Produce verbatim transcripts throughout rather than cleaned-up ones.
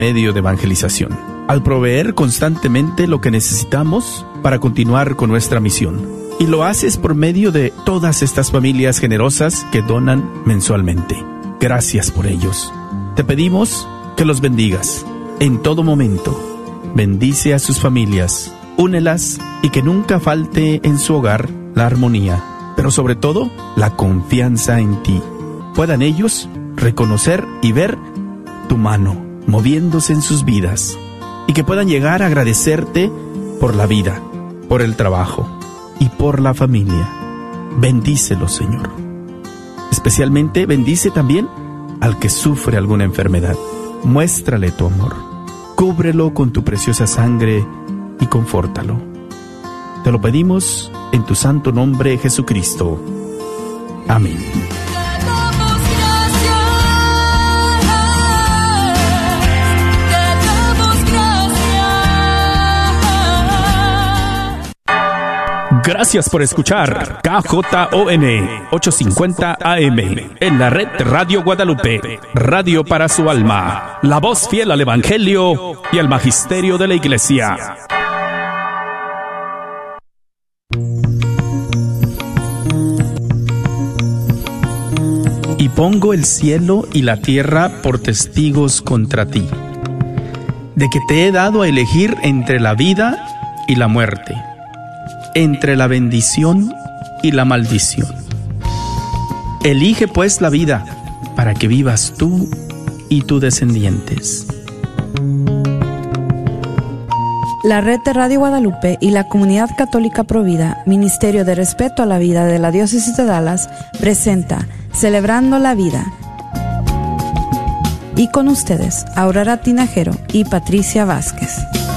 medio de evangelización, al proveer constantemente lo que necesitamos para continuar con nuestra misión. Y lo haces por medio de todas estas familias generosas que donan mensualmente. Gracias por ellos. Te pedimos que los bendigas en todo momento. Bendice a sus familias, únelas y que nunca falte en su hogar la armonía, pero sobre todo la confianza en ti. Puedan ellos reconocer y ver tu mano moviéndose en sus vidas y que puedan llegar a agradecerte por la vida, por el trabajo y por la familia. Bendícelos, Señor. Especialmente bendice también al que sufre alguna enfermedad. Muéstrale tu amor. Cúbrelo con tu preciosa sangre y confórtalo. Te lo pedimos en tu santo nombre, Jesucristo. Amén. Gracias por escuchar K J O N ochocientos cincuenta A M en la red Radio Guadalupe, radio para su alma, la voz fiel al Evangelio y al Magisterio de la Iglesia. Y pongo el cielo y la tierra por testigos contra ti, de que te he dado a elegir entre la vida y la muerte, entre la bendición y la maldición. Elige pues la vida, para que vivas tú y tus descendientes. La Red de Radio Guadalupe y la Comunidad Católica Provida, Ministerio de Respeto a la Vida de la Diócesis de Dallas, presenta Celebrando la Vida. Y con ustedes, Aurora Tinajero y Patricia Vázquez.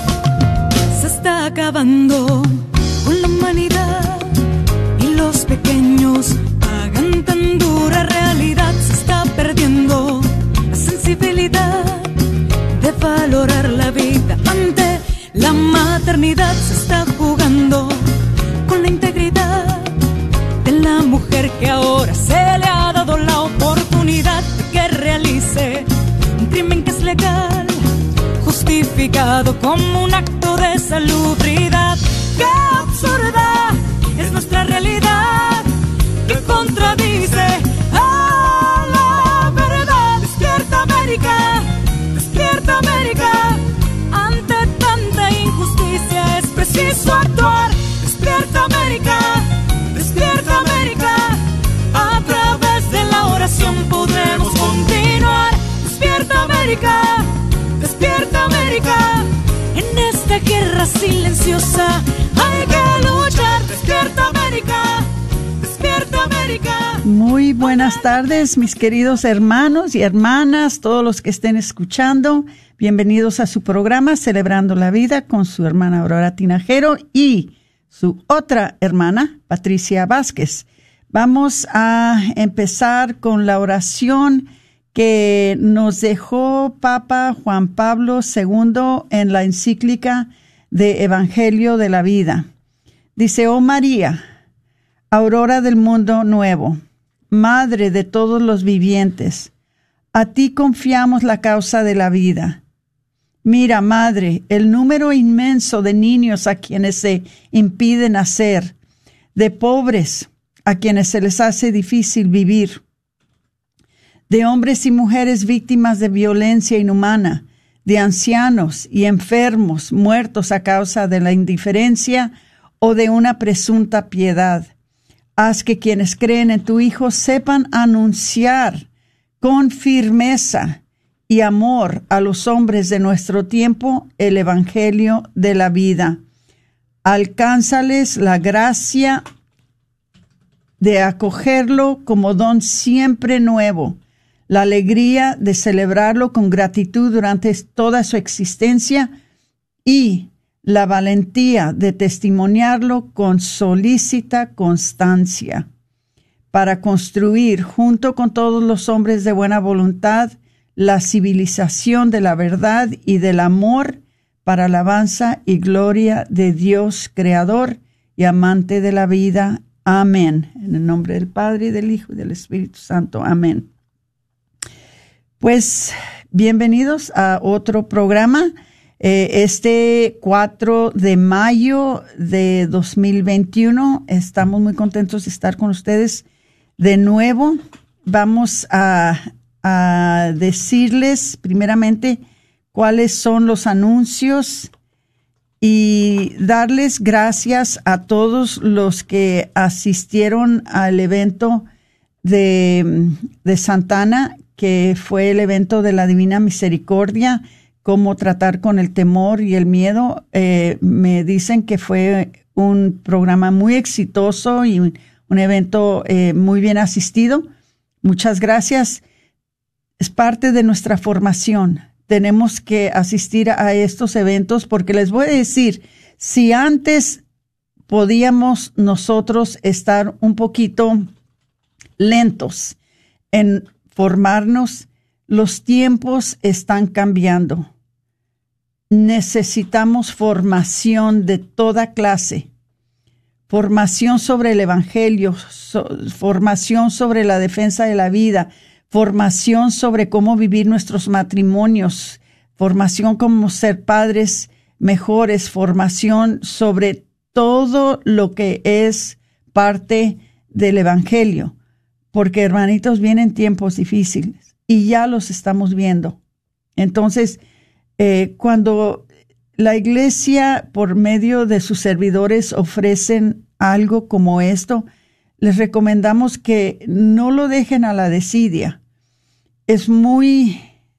Se está acabando con la humanidad y los pequeños pagan tan dura realidad. Se está perdiendo la sensibilidad de valorar la vida. Ante la maternidad se está jugando con la integridad de la mujer, que ahora se le ha dado la oportunidad de que realice un crimen que es legal, justificado como un acto de salubridad. ¡Qué absurda es nuestra realidad, que contradice a la verdad! Despierta América, despierta América, ante tanta injusticia es preciso actuar. Despierta América, despierta América, a través de la oración podremos continuar. Despierta América, despierta América, en esta guerra silenciosa hay que luchar. Despierta América, despierta América. Muy buenas tardes, mis queridos hermanos y hermanas, todos los que estén escuchando. Bienvenidos a su programa Celebrando la Vida con su hermana Aurora Tinajero y su otra hermana, Patricia Vázquez. Vamos a empezar con la oración que nos dejó Papa Juan Pablo segundo en la encíclica de Evangelio de la Vida. Dice: oh María, aurora del mundo nuevo, madre de todos los vivientes, a ti confiamos la causa de la vida. Mira, madre, el número inmenso de niños a quienes se impide nacer, de pobres a quienes se les hace difícil vivir, de hombres y mujeres víctimas de violencia inhumana, de ancianos y enfermos muertos a causa de la indiferencia o de una presunta piedad. Haz que quienes creen en tu Hijo sepan anunciar con firmeza y amor a los hombres de nuestro tiempo el Evangelio de la vida. Alcánzales la gracia de acogerlo como don siempre nuevo, la alegría de celebrarlo con gratitud durante toda su existencia y la valentía de testimoniarlo con solícita constancia, para construir junto con todos los hombres de buena voluntad la civilización de la verdad y del amor para alabanza y gloria de Dios Creador y amante de la vida. Amén. En el nombre del Padre, y del Hijo, y del Espíritu Santo. Amén. Pues bienvenidos a otro programa. Eh, este cuatro de mayo de dos mil veintiuno, estamos muy contentos de estar con ustedes de nuevo. Vamos a, a decirles primeramente cuáles son los anuncios y darles gracias a todos los que asistieron al evento de, de Santana, que fue el evento de la Divina Misericordia, cómo tratar con el temor y el miedo. Eh, me dicen que fue un programa muy exitoso y un, un evento eh, muy bien asistido. Muchas gracias. Es parte de nuestra formación. Tenemos que asistir a estos eventos porque les voy a decir, si antes podíamos nosotros estar un poquito lentos en formarnos, los tiempos están cambiando. Necesitamos formación de toda clase, formación sobre el Evangelio, so, formación sobre la defensa de la vida, formación sobre cómo vivir nuestros matrimonios, formación cómo ser padres mejores, formación sobre todo lo que es parte del Evangelio. Porque, hermanitos, vienen tiempos difíciles y ya los estamos viendo. Entonces, eh, cuando la iglesia, por medio de sus servidores, ofrecen algo como esto, les recomendamos que no lo dejen a la desidia. Es muy,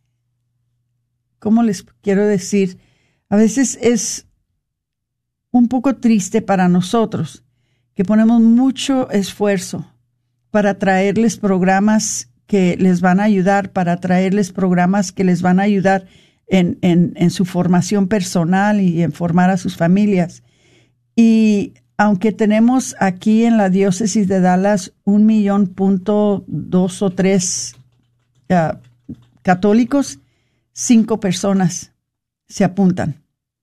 ¿cómo les quiero decir? A veces es un poco triste para nosotros que ponemos mucho esfuerzo para traerles programas que les van a ayudar, para traerles programas que les van a ayudar en, en, en su formación personal y en formar a sus familias. Y aunque tenemos aquí en la diócesis de Dallas un millón punto dos o tres uh, católicos, cinco personas se apuntan.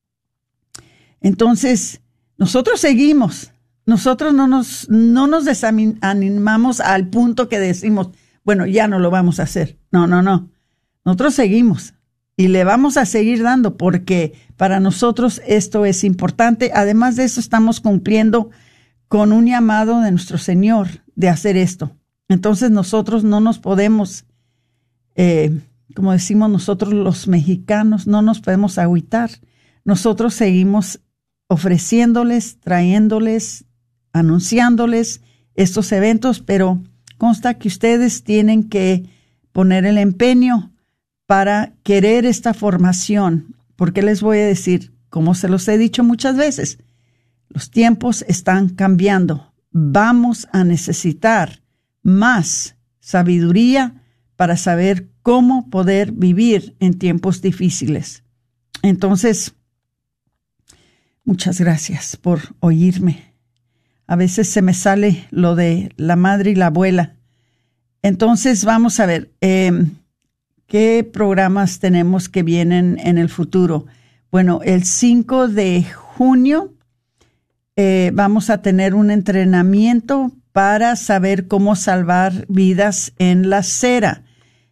Entonces, nosotros seguimos. Nosotros no nos, no nos desanimamos al punto que decimos, bueno, ya no lo vamos a hacer. No, no, no. Nosotros seguimos y le vamos a seguir dando porque para nosotros esto es importante. Además de eso, estamos cumpliendo con un llamado de nuestro Señor de hacer esto. Entonces nosotros no nos podemos, eh, como decimos nosotros los mexicanos, no nos podemos agüitar. Nosotros seguimos ofreciéndoles, trayéndoles, anunciándoles estos eventos, pero consta que ustedes tienen que poner el empeño para querer esta formación, porque les voy a decir, como se los he dicho muchas veces, los tiempos están cambiando. Vamos a necesitar más sabiduría para saber cómo poder vivir en tiempos difíciles. Entonces, muchas gracias por oírme. A veces se me sale lo de la madre y la abuela. Entonces, vamos a ver, eh, ¿qué programas tenemos que vienen en el futuro? Bueno, el cinco de junio eh, vamos a tener un entrenamiento para saber cómo salvar vidas en la acera.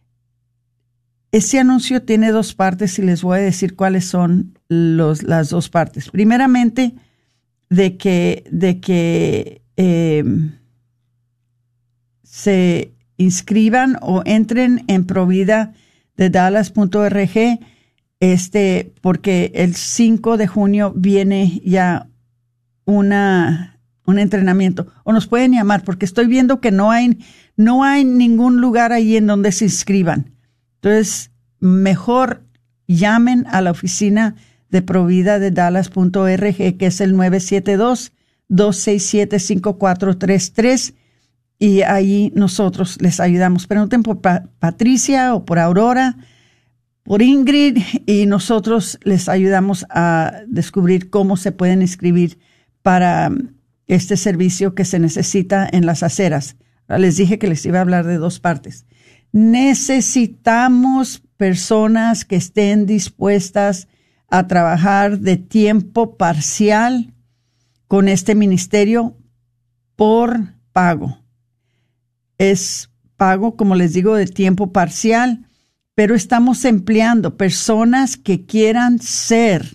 Ese anuncio tiene dos partes y les voy a decir cuáles son los, las dos partes. Primeramente, de que, de que eh, se inscriban o entren en provida de dallas punto org, este, porque el cinco de junio viene ya una, un entrenamiento. O nos pueden llamar, porque estoy viendo que no hay, no hay ningún lugar ahí en donde se inscriban. Entonces, mejor llamen a la oficina de Provida de dallas punto org, que es el nueve siete dos, dos seis siete, cinco cuatro tres tres, y ahí nosotros les ayudamos. Pregunten por pa- Patricia o por Aurora, por Ingrid, y nosotros les ayudamos a descubrir cómo se pueden inscribir para este servicio que se necesita en las aceras. Les dije que les iba a hablar de dos partes. Necesitamos personas que estén dispuestas a trabajar de tiempo parcial con este ministerio por pago. Es pago, como les digo, de tiempo parcial, pero estamos empleando personas que quieran ser,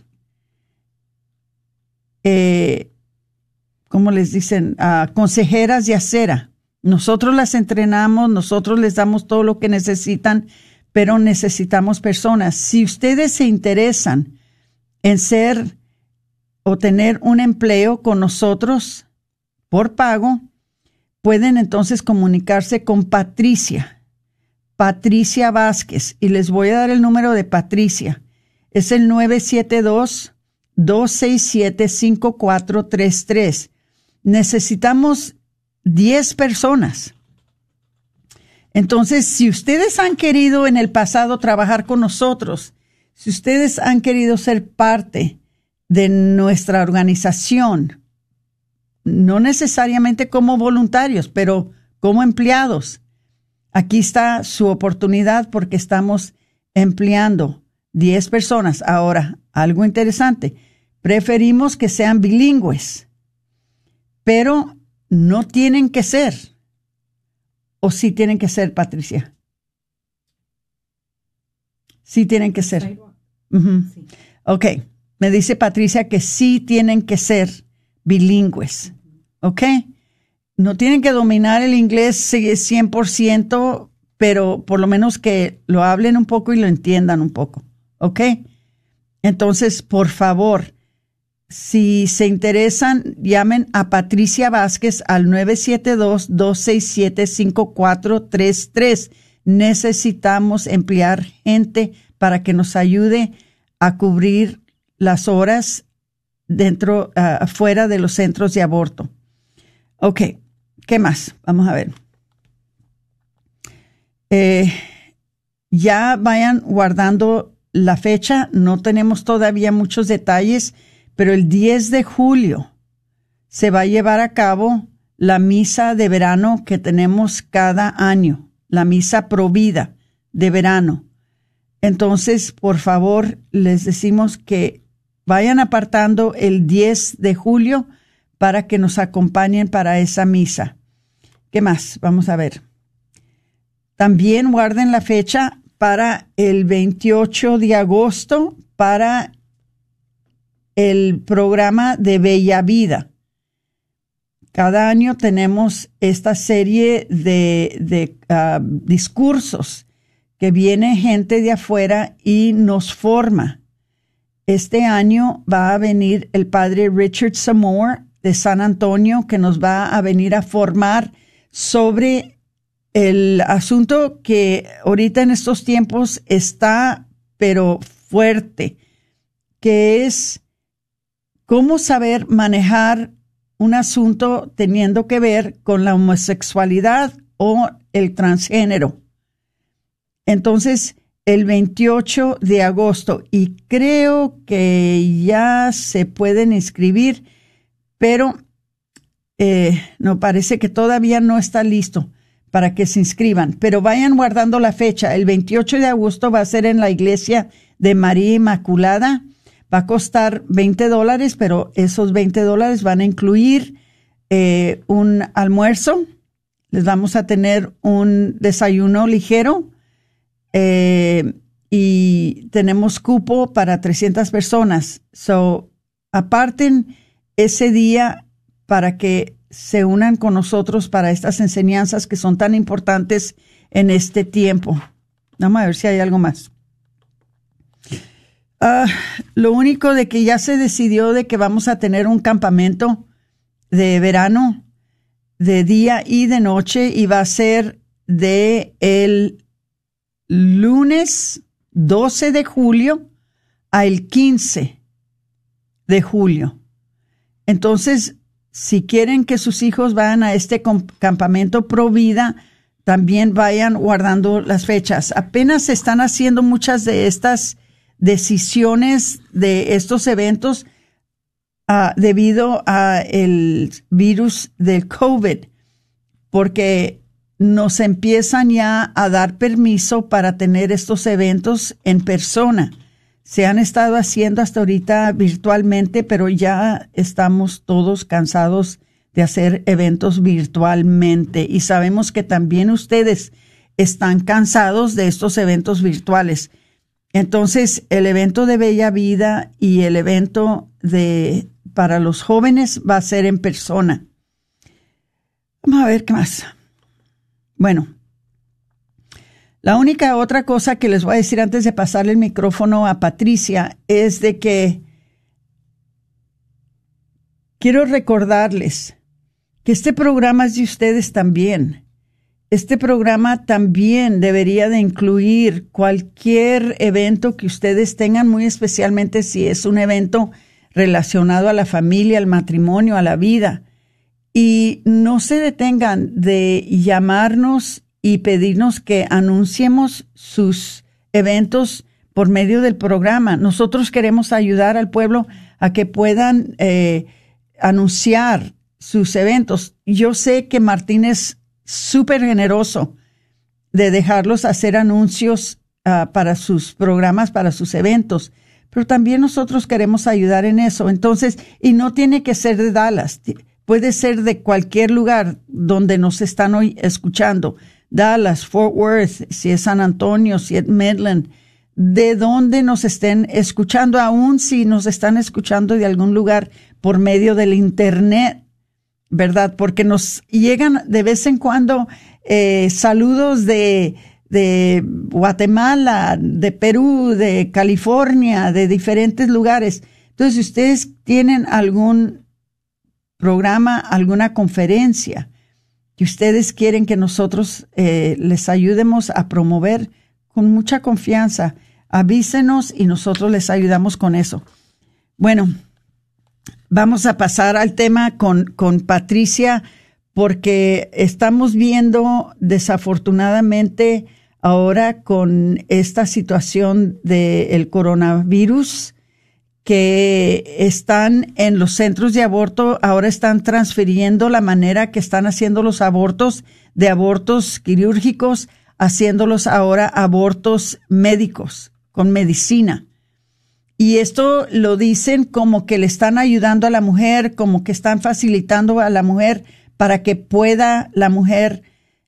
eh, ¿cómo les dicen? Uh, consejeras de acera. Nosotros las entrenamos, nosotros les damos todo lo que necesitan, pero necesitamos personas. Si ustedes se interesan en ser o tener un empleo con nosotros por pago, pueden entonces comunicarse con Patricia, Patricia Vázquez, y les voy a dar el número de Patricia. Es el nueve siete dos, dos seis siete, cinco cuatro tres tres. Necesitamos diez personas. Entonces, si ustedes han querido en el pasado trabajar con nosotros, si ustedes han querido ser parte de nuestra organización, no necesariamente como voluntarios, pero como empleados, aquí está su oportunidad porque estamos empleando diez personas. Ahora, algo interesante, preferimos que sean bilingües, pero no tienen que ser. ¿O sí tienen que ser, Patricia? Sí tienen que ser. Uh-huh. Sí. Ok, me dice Patricia que sí tienen que ser bilingües. ¿Ok? No tienen que dominar el inglés cien por ciento, pero por lo menos que lo hablen un poco y lo entiendan un poco. ¿Ok? Entonces, por favor, si se interesan, llamen a Patricia Vázquez al nueve siete dos, dos seis siete, cinco cuatro tres tres. Necesitamos emplear gente para que nos ayude a cubrir las horas dentro, uh, afuera de los centros de aborto. Ok, ¿qué más? Vamos a ver. Eh, ya vayan guardando la fecha. No tenemos todavía muchos detalles, pero el diez de julio se va a llevar a cabo la misa de verano que tenemos cada año, la misa Provida de verano. Entonces, por favor, les decimos que vayan apartando el diez de julio para que nos acompañen para esa misa. ¿Qué más? Vamos a ver. También guarden la fecha para el veintiocho de agosto para el programa de Bella Vida. Cada año tenemos esta serie de, de uh, discursos que viene gente de afuera y nos forma. Este año va a venir el padre Richard Samore de San Antonio, que nos va a venir a formar sobre el asunto que ahorita en estos tiempos está, pero fuerte, que es cómo saber manejar un asunto teniendo que ver con la homosexualidad o el transgénero. Entonces, el veintiocho de agosto, y creo que ya se pueden inscribir, pero eh, no, parece que todavía no está listo para que se inscriban. Pero vayan guardando la fecha. El veintiocho de agosto va a ser en la iglesia de María Inmaculada. Va a costar veinte dólares, pero esos veinte dólares van a incluir eh, un almuerzo. Les vamos a tener un desayuno ligero eh, y tenemos cupo para trescientas personas. So, aparten ese día para que se unan con nosotros para estas enseñanzas que son tan importantes en este tiempo. Vamos a ver si hay algo más. Uh, lo único de que ya se decidió de que vamos a tener un campamento de verano de día y de noche y va a ser de el lunes doce de julio al quince de julio. Entonces, si quieren que sus hijos vayan a este campamento Provida, también vayan guardando las fechas. Apenas se están haciendo muchas de estas decisiones de estos eventos uh, debido a el virus del COVID, porque nos empiezan ya a dar permiso para tener estos eventos en persona. Se han estado haciendo hasta ahorita virtualmente, pero ya estamos todos cansados de hacer eventos virtualmente y sabemos que también ustedes están cansados de estos eventos virtuales. Entonces, el evento de Bella Vida y el evento de para los jóvenes va a ser en persona. Vamos a ver qué más. Bueno, la única otra cosa que les voy a decir antes de pasarle el micrófono a Patricia es de que quiero recordarles que este programa es de ustedes también. Este programa también debería de incluir cualquier evento que ustedes tengan, muy especialmente si es un evento relacionado a la familia, al matrimonio, a la vida. Y no se detengan de llamarnos y pedirnos que anunciemos sus eventos por medio del programa. Nosotros queremos ayudar al pueblo a que puedan eh, anunciar sus eventos. Yo sé que Martín es súper generoso de dejarlos hacer anuncios uh, para sus programas, para sus eventos, pero también nosotros queremos ayudar en eso. Entonces, y no tiene que ser de Dallas, puede ser de cualquier lugar donde nos están hoy escuchando. Dallas, Fort Worth, si es San Antonio, si es Midland, de donde nos estén escuchando, aún si nos están escuchando de algún lugar por medio del internet, ¿verdad? Porque nos llegan de vez en cuando eh, saludos de, de Guatemala, de Perú, de California, de diferentes lugares. Entonces, si ustedes tienen algún programa, alguna conferencia que ustedes quieren que nosotros eh, les ayudemos a promover, con mucha confianza, avísenos y nosotros les ayudamos con eso. Bueno, vamos a pasar al tema con, con Patricia, porque estamos viendo desafortunadamente ahora con esta situación del coronavirus que están en los centros de aborto, ahora están transfiriendo la manera que están haciendo los abortos de abortos quirúrgicos, haciéndolos ahora abortos médicos, con medicina. Y esto lo dicen como que le están ayudando a la mujer, como que están facilitando a la mujer para que pueda la mujer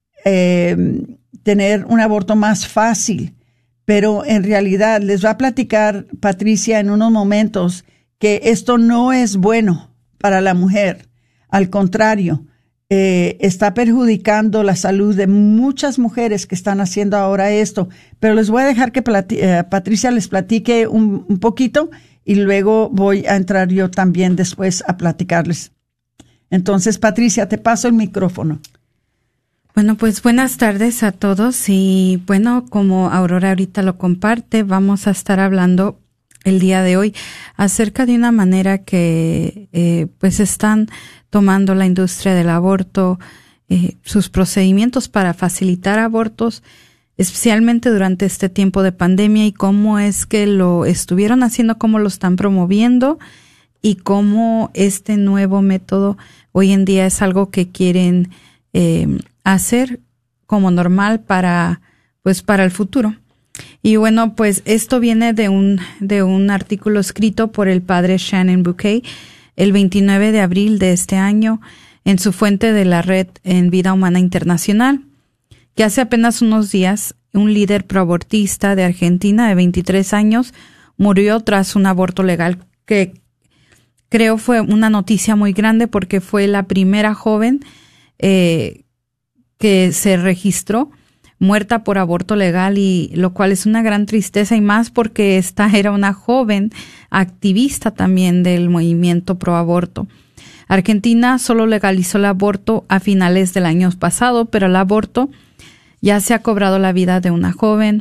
eh, tener un aborto más fácil. Pero en realidad les va a platicar Patricia en unos momentos que esto no es bueno para la mujer. Al contrario, eh, está perjudicando la salud de muchas mujeres que están haciendo ahora esto. Pero les voy a dejar que plati- eh, Patricia les platique un, un poquito y luego voy a entrar yo también después a platicarles. Entonces, Patricia, te paso el micrófono. Bueno, pues buenas tardes a todos y bueno, como Aurora ahorita lo comparte, vamos a estar hablando el día de hoy acerca de una manera que eh, pues están tomando la industria del aborto, eh, sus procedimientos para facilitar abortos, especialmente durante este tiempo de pandemia, y cómo es que lo estuvieron haciendo, cómo lo están promoviendo y cómo este nuevo método hoy en día es algo que quieren eh, hacer como normal para, pues, para el futuro. Y bueno, pues esto viene de un, de un artículo escrito por el padre Shannon Bouquet el veintinueve de abril de este año en su fuente de la red en Vida Humana Internacional, que hace apenas unos días un líder proabortista de Argentina de veintitrés años murió tras un aborto legal, que creo fue una noticia muy grande porque fue la primera joven eh, que se registró muerta por aborto legal, y lo cual es una gran tristeza, y más porque esta era una joven activista también del movimiento pro aborto. Argentina solo legalizó el aborto a finales del año pasado, pero el aborto ya se ha cobrado la vida de una joven,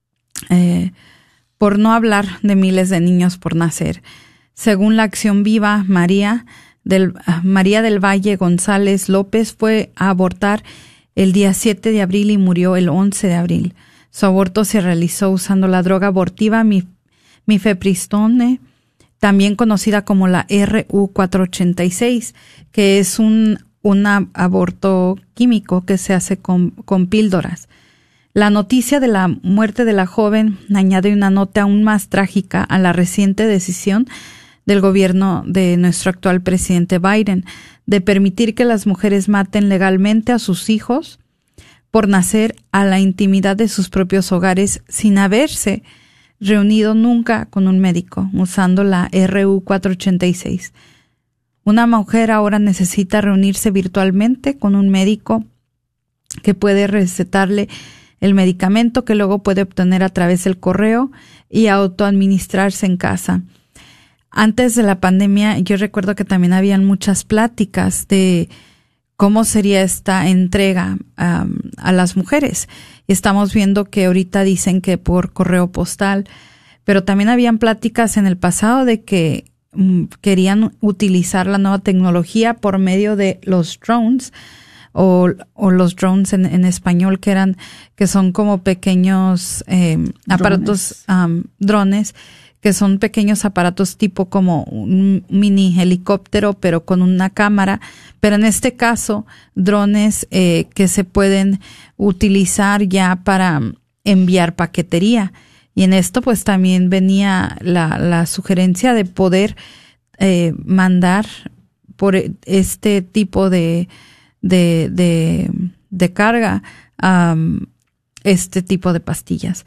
eh, por no hablar de miles de niños por nacer. Según la Acción Viva, María del, María del Valle González López fue a abortar el día siete de abril y murió el once de abril. Su aborto se realizó usando la droga abortiva mifepristone, también conocida como la R U cuatrocientos ochenta y seis, que es un, un aborto químico que se hace con, con píldoras. La noticia de la muerte de la joven añade una nota aún más trágica a la reciente decisión del gobierno de nuestro actual presidente Biden de permitir que las mujeres maten legalmente a sus hijos por nacer a la intimidad de sus propios hogares sin haberse reunido nunca con un médico, usando la R U cuatrocientos ochenta y seis. Una mujer ahora necesita reunirse virtualmente con un médico que puede recetarle el medicamento que luego puede obtener a través del correo y autoadministrarse en casa. Antes de la pandemia, yo recuerdo que también habían muchas pláticas de cómo sería esta entrega um, a las mujeres. Estamos viendo que ahorita dicen que por correo postal, pero también habían pláticas en el pasado de que um, querían utilizar la nueva tecnología por medio de los drones o, o los drones en, en español, que eran que son como pequeños eh, aparatos, um, drones, que son pequeños aparatos tipo como un mini helicóptero, pero con una cámara. Pero en este caso, drones eh, que se pueden utilizar ya para enviar paquetería. Y en esto pues también venía la, la sugerencia de poder eh, mandar por este tipo de, de, de, de carga um, este tipo de pastillas.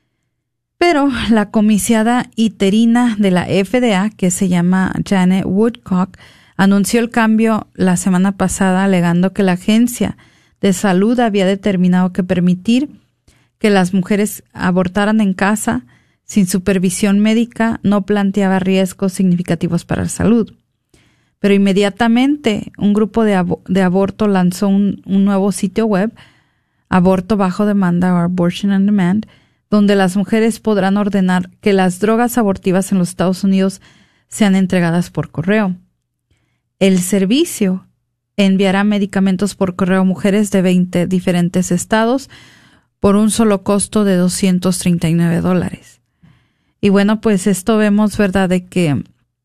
Pero la comisionada interina de la F D A, que se llama Janet Woodcock, anunció el cambio la semana pasada alegando que la Agencia de Salud había determinado que permitir que las mujeres abortaran en casa sin supervisión médica no planteaba riesgos significativos para la salud. Pero inmediatamente un grupo de, abo- de aborto lanzó un, un nuevo sitio web, Aborto Bajo Demanda o Abortion on Demand, donde las mujeres podrán ordenar que las drogas abortivas en los Estados Unidos sean entregadas por correo. El servicio enviará medicamentos por correo a mujeres de veinte diferentes estados por un solo costo de doscientos treinta y nueve dólares. Y bueno, pues esto vemos, ¿verdad?, de que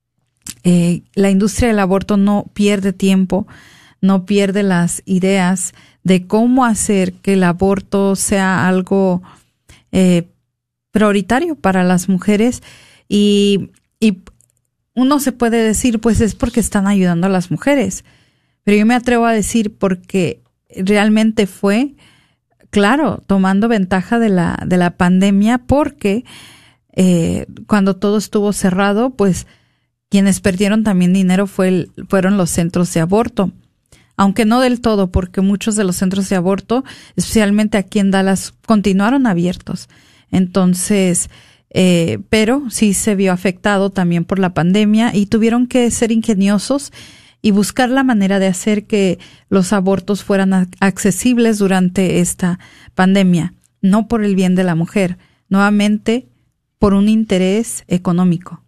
eh, la industria del aborto no pierde tiempo, no pierde las ideas de cómo hacer que el aborto sea algo Eh, prioritario para las mujeres y, y uno se puede decir pues es porque están ayudando a las mujeres, pero yo me atrevo a decir porque realmente fue, claro, tomando ventaja de la, de la pandemia, porque eh, cuando todo estuvo cerrado, pues quienes perdieron también dinero fue el, fueron los centros de aborto. Aunque no del todo, porque muchos de los centros de aborto, especialmente aquí en Dallas, continuaron abiertos. Entonces, eh, pero sí se vio afectado también por la pandemia y tuvieron que ser ingeniosos y buscar la manera de hacer que los abortos fueran accesibles durante esta pandemia, no por el bien de la mujer, nuevamente por un interés económico.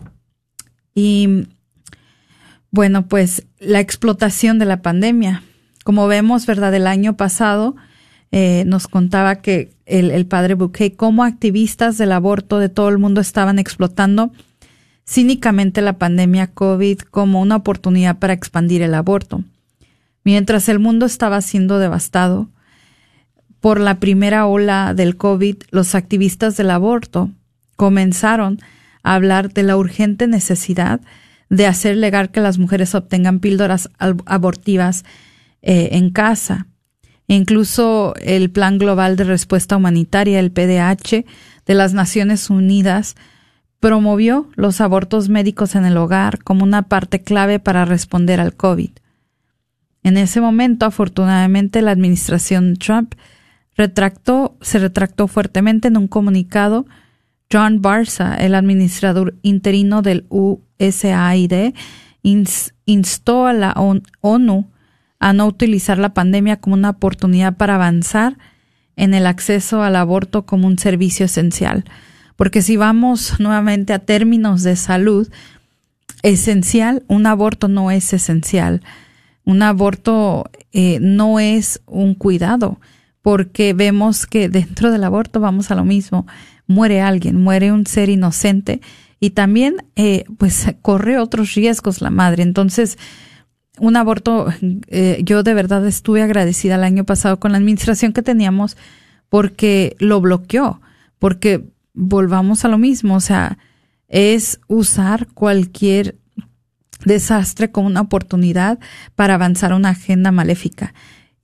Y bueno, pues la explotación de la pandemia. Como vemos, ¿verdad? El año pasado eh, nos contaba que el, el padre Buquet, cómo activistas del aborto de todo el mundo estaban explotando cínicamente la pandemia COVID como una oportunidad para expandir el aborto. Mientras el mundo estaba siendo devastado por la primera ola del COVID, los activistas del aborto comenzaron a hablar de la urgente necesidad de hacer legal que las mujeres obtengan píldoras abortivas eh, en casa. Incluso el Plan Global de Respuesta Humanitaria, el P D H, de las Naciones Unidas, promovió los abortos médicos en el hogar como una parte clave para responder al COVID. En ese momento, afortunadamente, la administración Trump retractó, se retractó fuertemente en un comunicado. John Barza, el administrador interino del U S A I D, instó a la ONU a no utilizar la pandemia como una oportunidad para avanzar en el acceso al aborto como un servicio esencial. Porque si vamos nuevamente a términos de salud, esencial, un aborto no es esencial. Un aborto eh, no es un cuidado, porque vemos que dentro del aborto vamos a lo mismo. Muere alguien, muere un ser inocente y también eh, pues corre otros riesgos la madre. Entonces, un aborto, eh, yo de verdad estuve agradecida el año pasado con la administración que teníamos porque lo bloqueó, porque volvamos a lo mismo, o sea, es usar cualquier desastre como una oportunidad para avanzar una agenda maléfica.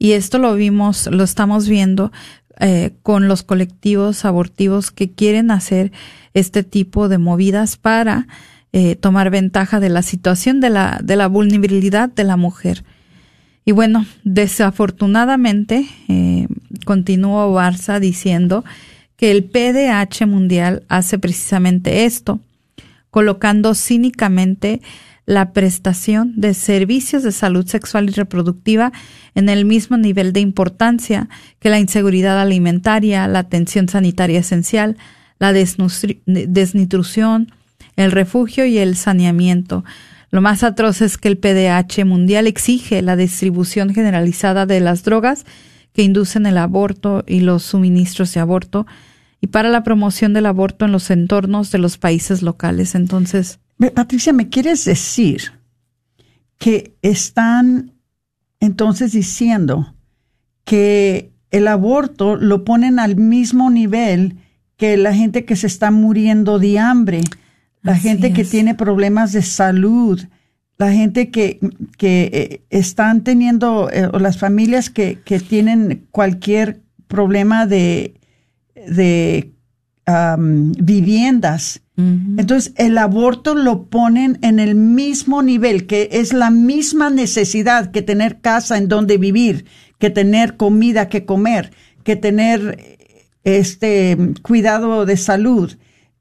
Y esto lo vimos, lo estamos viendo eh, con los colectivos abortivos que quieren hacer este tipo de movidas para eh, tomar ventaja de la situación de la, de la vulnerabilidad de la mujer. Y bueno, desafortunadamente, eh, continuó Barza diciendo que el P D H mundial hace precisamente esto, colocando cínicamente la prestación de servicios de salud sexual y reproductiva en el mismo nivel de importancia que la inseguridad alimentaria, la atención sanitaria esencial, la desnutri- desnutrición, el refugio y el saneamiento. Lo más atroz es que el P D H mundial exige la distribución generalizada de las drogas que inducen el aborto y los suministros de aborto y para la promoción del aborto en los entornos de los países locales. Entonces, Patricia, ¿me quieres decir que están entonces diciendo que el aborto lo ponen al mismo nivel que la gente que se está muriendo de hambre, la Así gente es. que tiene problemas de salud, la gente que, que eh, están teniendo, eh, o las familias que, que tienen cualquier problema de, de um, viviendas? uh-huh. Entonces, el aborto lo ponen en el mismo nivel, que es la misma necesidad que tener casa en donde vivir, que tener comida que comer, que tener este cuidado de salud.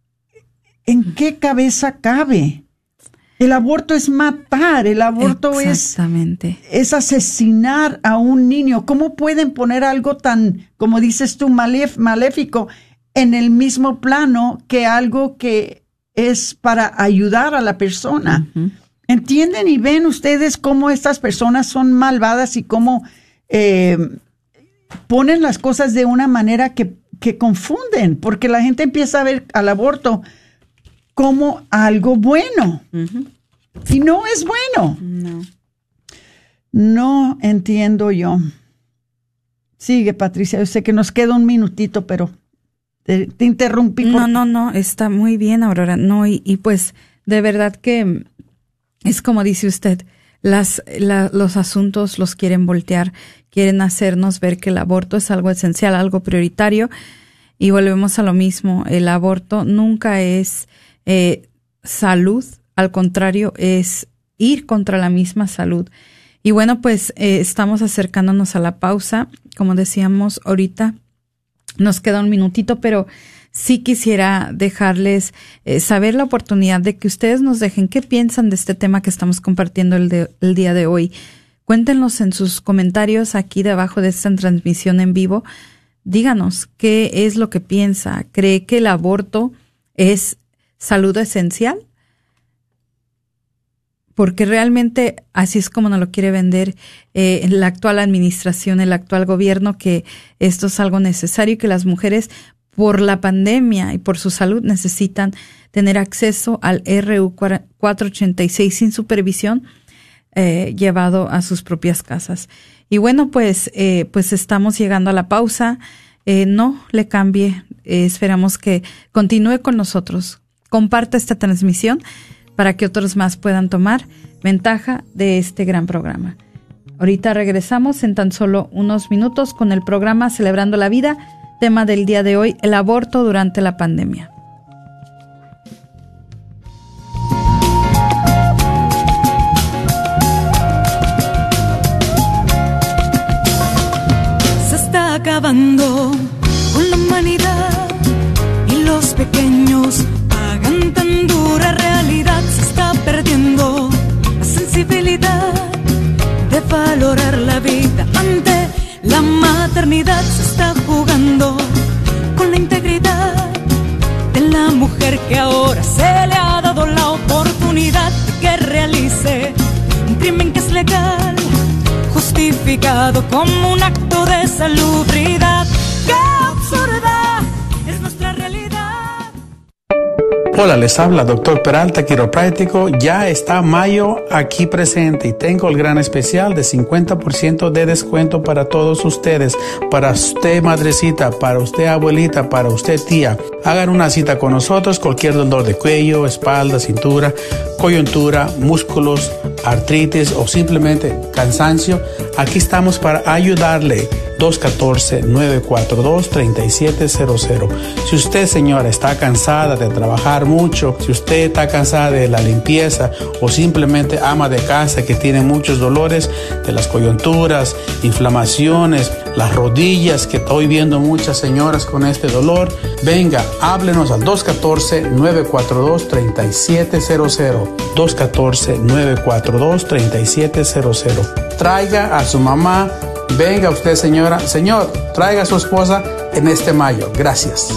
¿En qué cabeza cabe? El aborto es matar, el aborto es, Exactamente. es asesinar a un niño. ¿Cómo pueden poner algo tan, como dices tú, malef- maléfico en el mismo plano que algo que es para ayudar a la persona? Uh-huh. ¿Entienden y ven ustedes cómo estas personas son malvadas y cómo eh, ponen las cosas de una manera que, que confunden? Porque la gente empieza a ver al aborto como algo bueno. Uh-huh. Y no es bueno. No. No entiendo yo. Sigue, Patricia. Yo sé que nos queda un minutito, pero te, te interrumpí. No, por... no, no, está muy bien, Aurora. No, y, y pues de verdad que es como dice usted, las, la, los asuntos los quieren voltear, quieren hacernos ver que el aborto es algo esencial, algo prioritario, y volvemos a lo mismo. El aborto nunca es eh, salud, al contrario, es ir contra la misma salud. Y bueno, pues eh, estamos acercándonos a la pausa. Como decíamos ahorita, nos queda un minutito, pero sí quisiera dejarles eh, saber la oportunidad de que ustedes nos dejen qué piensan de este tema que estamos compartiendo el, de, el día de hoy. Cuéntenos en sus comentarios aquí debajo de esta transmisión en vivo. Díganos qué es lo que piensa. ¿Cree que el aborto es salud esencial? Porque realmente así es como nos lo quiere vender eh, la actual administración, el actual gobierno, que esto es algo necesario y que las mujeres por la pandemia y por su salud necesitan tener acceso al R U cuatrocientos ochenta y seis sin supervisión eh, llevado a sus propias casas. Y bueno, pues, eh, pues estamos llegando a la pausa. Eh, no le cambie. Eh, esperamos que continúe con nosotros. Comparta esta transmisión para que otros más puedan tomar ventaja de este gran programa. Ahorita regresamos en tan solo unos minutos con el programa Celebrando la Vida, tema del día de hoy, el aborto durante la pandemia. Se está acabando con la humanidad y los pequeños pagan tan dura realidad. Se está perdiendo la sensibilidad de valorar la vida ante la maternidad. Se está jugando con la integridad de la mujer que ahora se le ha dado la oportunidad de que realice un crimen que es legal, justificado como un acto de salubridad. ¡Qué absurda es nuestra realidad! Hola, les habla doctor Peralta, quiropráctico. Ya está mayo aquí presente y tengo el gran especial de cincuenta por ciento de descuento para todos ustedes, para usted madrecita, para usted abuelita, para usted tía. Hagan una cita con nosotros, cualquier dolor de cuello, espalda, cintura, coyuntura, músculos, artritis o simplemente cansancio. Aquí estamos para ayudarle. dos uno cuatro, nueve cuatro dos, tres siete cero cero. Si usted, señora, está cansada de trabajar mucho, si usted está cansada de la limpieza o simplemente ama de casa que tiene muchos dolores de las coyunturas, inflamaciones, las rodillas, que estoy viendo muchas señoras con este dolor, venga, háblenos al dos uno cuatro, nueve cuatro dos, tres siete cero cero. dos uno cuatro, nueve cuatro dos, tres siete cero cero. Traiga a su mamá. Venga usted, señora. Señor, traiga a su esposa en este mayo. Gracias.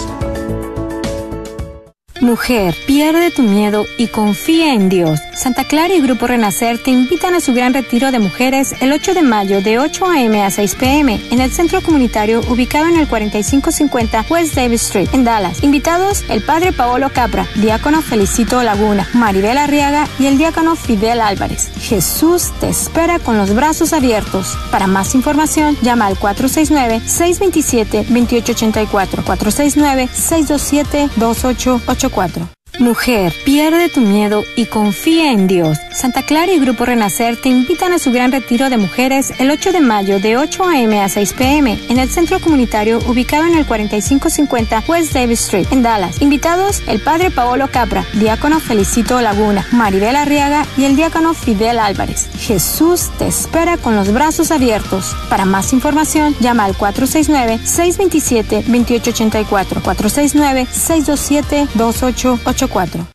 Mujer, pierde tu miedo y confía en Dios. Santa Clara y Grupo Renacer te invitan a su gran retiro de mujeres el ocho de mayo de ocho a eme a seis pe eme en el centro comunitario ubicado en el cuarenta y cinco cincuenta West Davis Street en Dallas. Invitados el padre Paolo Capra, diácono Felicito Laguna, Maribel Arriaga y el diácono Fidel Álvarez. Jesús te espera con los brazos abiertos. Para más información, llama al cuatro seis nueve, seis dos siete, dos ocho ocho cuatro, cuatro seis nueve, seis dos siete, dos ocho ocho cuatro. Mujer, pierde tu miedo y confía en Dios. Santa Clara y Grupo Renacer te invitan a su gran retiro de mujeres el ocho de mayo de ocho a eme a seis pe eme en el centro comunitario ubicado en el cuarenta y cinco cincuenta West Davis Street en Dallas. Invitados el padre Paolo Capra, diácono Felicito Laguna, Maribel Arriaga y el diácono Fidel Álvarez. Jesús te espera con los brazos abiertos. Para más información, llama al cuatro seis nueve, seis dos siete, dos ocho ocho cuatro, cuatro seis nueve, seis dos siete, dos ocho ocho cuatro.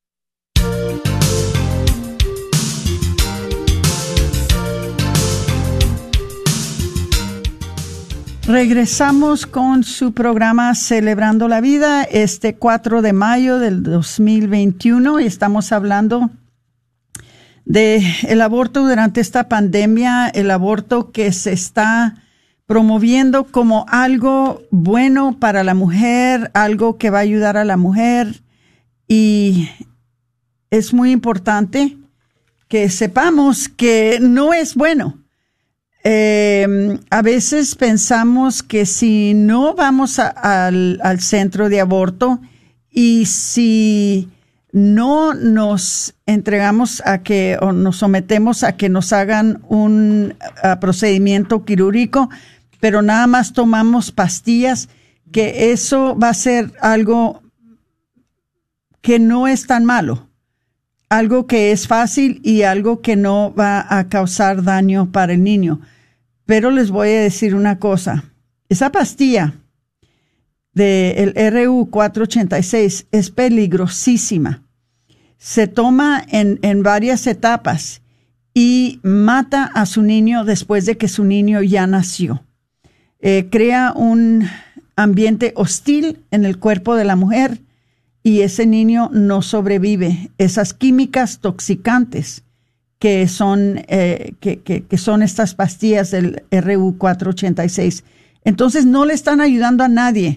Regresamos con su programa Celebrando la Vida este cuatro de mayo del dos mil veintiuno y estamos hablando de el aborto durante esta pandemia, el aborto que se está promoviendo como algo bueno para la mujer, algo que va a ayudar a la mujer. Y es muy importante que sepamos que no es bueno. Eh, a veces pensamos que si no vamos a, al, al centro de aborto y si no nos entregamos a que o nos sometemos a que nos hagan un a procedimiento quirúrgico, pero nada más tomamos pastillas, que eso va a ser algo que no es tan malo, algo que es fácil y algo que no va a causar daño para el niño. Pero les voy a decir una cosa, esa pastilla del R U cuatrocientos ochenta y seis es peligrosísima. Se toma en, en varias etapas y mata a su niño después de que su niño ya nació. Eh, crea un ambiente hostil en el cuerpo de la mujer y ese niño no sobrevive. Esas químicas toxicantes que son, eh, que, que, que son estas pastillas del R U cuatrocientos ochenta y seis. Entonces no le están ayudando a nadie.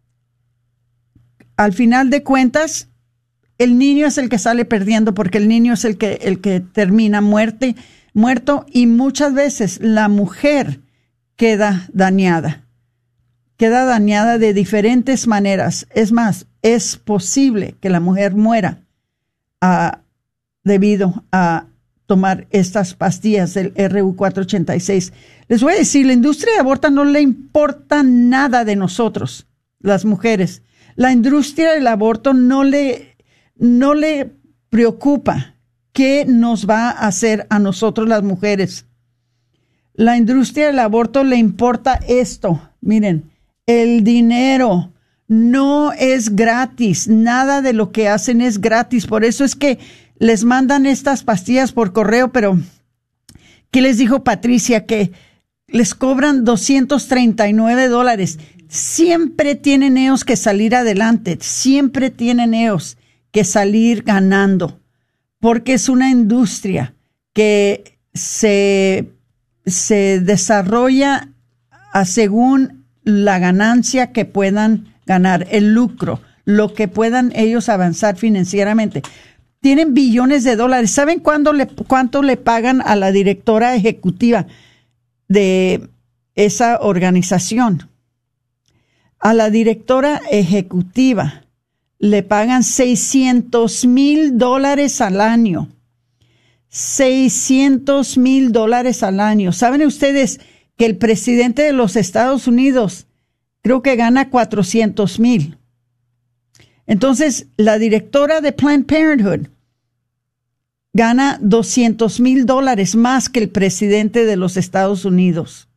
Al final de cuentas, el niño es el que sale perdiendo porque el niño es el que, el que termina muerte, muerto y muchas veces la mujer queda dañada. Queda dañada de diferentes maneras. Es más, es posible que la mujer muera uh, debido a tomar estas pastillas del R U cuatrocientos ochenta y seis. Les voy a decir, la industria de aborto no le importa nada de nosotros, las mujeres. La industria del aborto no le, no le preocupa qué nos va a hacer a nosotros las mujeres. La industria del aborto le importa esto. Miren, el dinero no es gratis. Nada de lo que hacen es gratis. Por eso es que les mandan estas pastillas por correo, pero ¿qué les dijo Patricia? Que les cobran doscientos treinta y nueve dólares. Siempre tienen ellos que salir adelante. Siempre tienen ellos que salir ganando. Porque es una industria que se, se desarrolla a según la ganancia que puedan ganar, el lucro, lo que puedan ellos avanzar financieramente. Tienen billones de dólares. ¿Saben cuándo le, cuánto le pagan a la directora ejecutiva de esa organización? A la directora ejecutiva le pagan seiscientos mil dólares al año. seiscientos mil dólares al año. ¿Saben ustedes que el presidente de los Estados Unidos creo que gana cuatrocientos mil? Entonces, la directora de Planned Parenthood gana doscientos mil dólares más que el presidente de los Estados Unidos.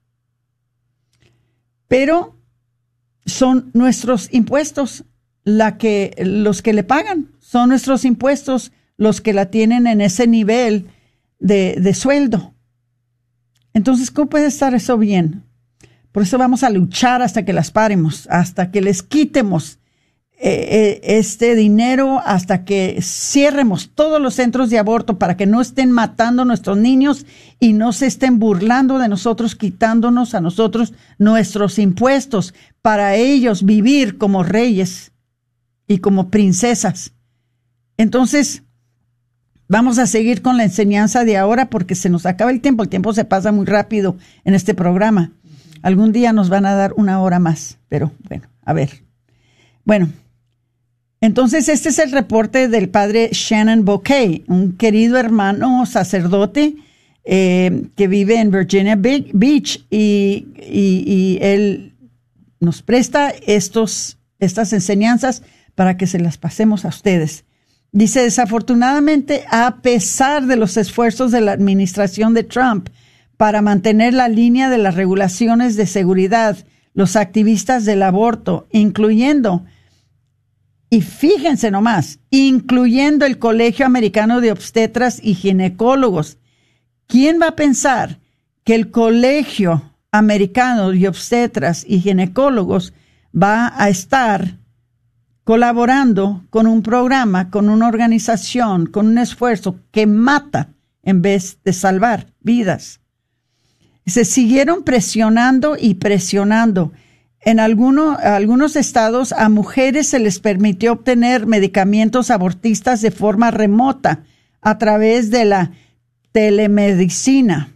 Pero son nuestros impuestos la que, los que le pagan. Son nuestros impuestos los que la tienen en ese nivel de, de sueldo. Entonces, ¿cómo puede estar eso bien? Por eso vamos a luchar hasta que las paremos, hasta que les quitemos eh, eh, este dinero, hasta que cierremos todos los centros de aborto para que no estén matando a nuestros niños y no se estén burlando de nosotros, quitándonos a nosotros nuestros impuestos para ellos vivir como reyes y como princesas. Entonces, vamos a seguir con la enseñanza de ahora porque se nos acaba el tiempo. El tiempo se pasa muy rápido en este programa. Algún día nos van a dar una hora más, pero bueno, a ver. Bueno, entonces este es el reporte del padre Shannon Bouquet, un querido hermano sacerdote eh, que vive en Virginia Beach y, y, y él nos presta estos, estas enseñanzas para que se las pasemos a ustedes. Dice, desafortunadamente, a pesar de los esfuerzos de la administración de Trump para mantener la línea de las regulaciones de seguridad, los activistas del aborto, incluyendo, y fíjense nomás, incluyendo el Colegio Americano de Obstetras y Ginecólogos. ¿Quién va a pensar que el Colegio Americano de Obstetras y Ginecólogos va a estar colaborando con un programa, con una organización, con un esfuerzo que mata en vez de salvar vidas? Se siguieron presionando y presionando. En alguno, algunos estados a mujeres se les permitió obtener medicamentos abortistas de forma remota a través de la telemedicina.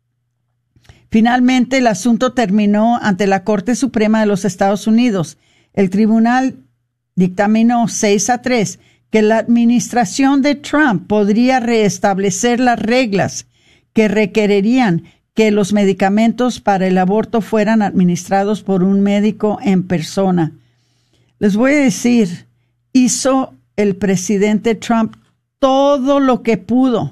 Finalmente, el asunto terminó ante la Corte Suprema de los Estados Unidos. El tribunal dictaminó seis a tres que la administración de Trump podría restablecer las reglas que requerirían que los medicamentos para el aborto fueran administrados por un médico en persona. Les voy a decir, hizo el presidente Trump todo lo que pudo,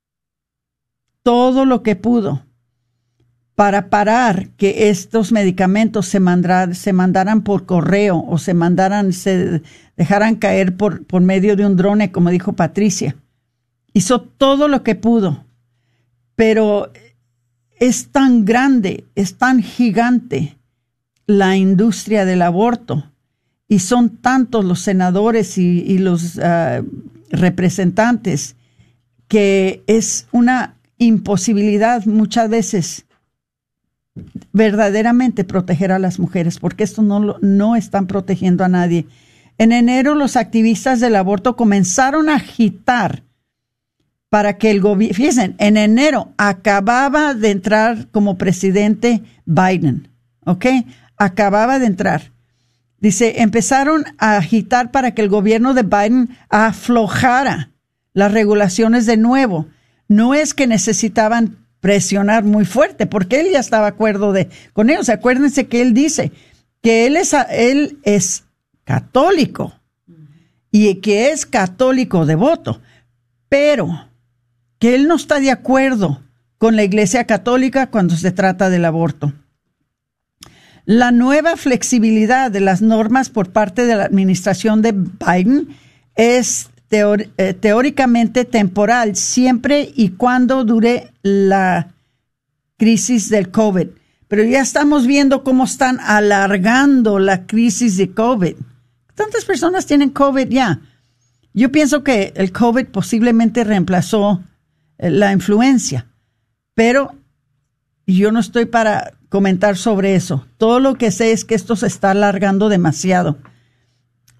todo lo que pudo para parar que estos medicamentos se, mandara, se mandaran por correo o se mandaran, se dejaran caer por, por medio de un drone, como dijo Patricia. Hizo todo lo que pudo, pero es tan grande, es tan gigante la industria del aborto y son tantos los senadores y, y los uh, representantes que es una imposibilidad muchas veces verdaderamente proteger a las mujeres, porque esto no, no están protegiendo a nadie. En enero, los activistas del aborto comenzaron a agitar para que el gobierno, fíjense, en enero acababa de entrar como presidente Biden, ¿ok? Acababa de entrar. Dice, empezaron a agitar para que el gobierno de Biden aflojara las regulaciones de nuevo. No es que necesitaban presionar muy fuerte, porque él ya estaba de acuerdo de, con ellos. Acuérdense que él dice que él es, él es católico y que es católico devoto, pero que él no está de acuerdo con la Iglesia Católica cuando se trata del aborto. La nueva flexibilidad de las normas por parte de la administración de Biden es teor- eh, teóricamente temporal, siempre y cuando dure la crisis del COVID. Pero ya estamos viendo cómo están alargando la crisis de COVID. ¿Cuántas personas tienen COVID ya? Yo pienso que el COVID posiblemente reemplazó la influencia, pero yo no estoy para comentar sobre eso. Todo lo que sé es que esto se está alargando demasiado.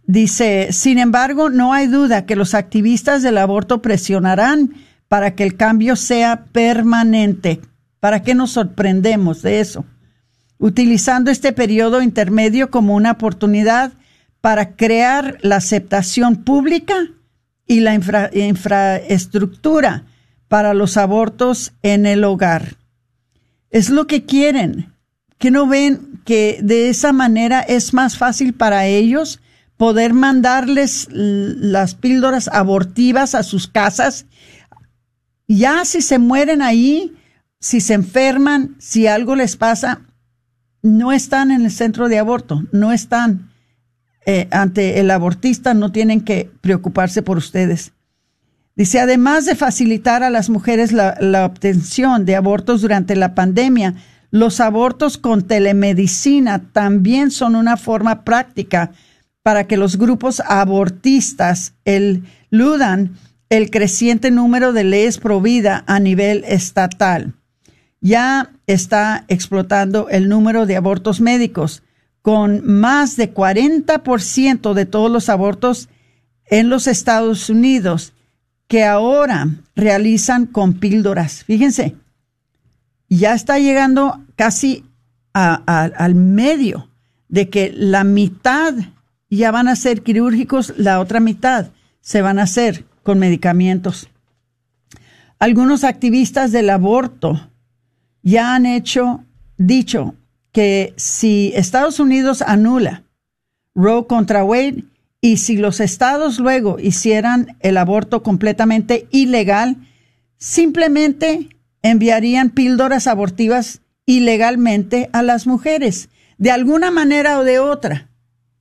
Dice, sin embargo, no hay duda que los activistas del aborto presionarán para que el cambio sea permanente. ¿Para qué nos sorprendemos de eso? Utilizando este periodo intermedio como una oportunidad para crear la aceptación pública y la infra- infraestructura para los abortos en el hogar. Es lo que quieren, que no ven que de esa manera es más fácil para ellos poder mandarles las píldoras abortivas a sus casas. Ya si se mueren ahí, si se enferman, si algo les pasa, no están en el centro de aborto, no están eh, ante el abortista, no tienen que preocuparse por ustedes. Dice, además de facilitar a las mujeres la, la obtención de abortos durante la pandemia, los abortos con telemedicina también son una forma práctica para que los grupos abortistas eludan el creciente número de leyes pro vida a nivel estatal. Ya está explotando el número de abortos médicos, con más de cuarenta por ciento de todos los abortos en los Estados Unidos que ahora realizan con píldoras. Fíjense, ya está llegando casi a, a, al medio de que la mitad ya van a ser quirúrgicos, la otra mitad se van a hacer con medicamentos. Algunos activistas del aborto ya han hecho, dicho que si Estados Unidos anula Roe contra Wade y si los estados luego hicieran el aborto completamente ilegal, simplemente enviarían píldoras abortivas ilegalmente a las mujeres, de alguna manera o de otra.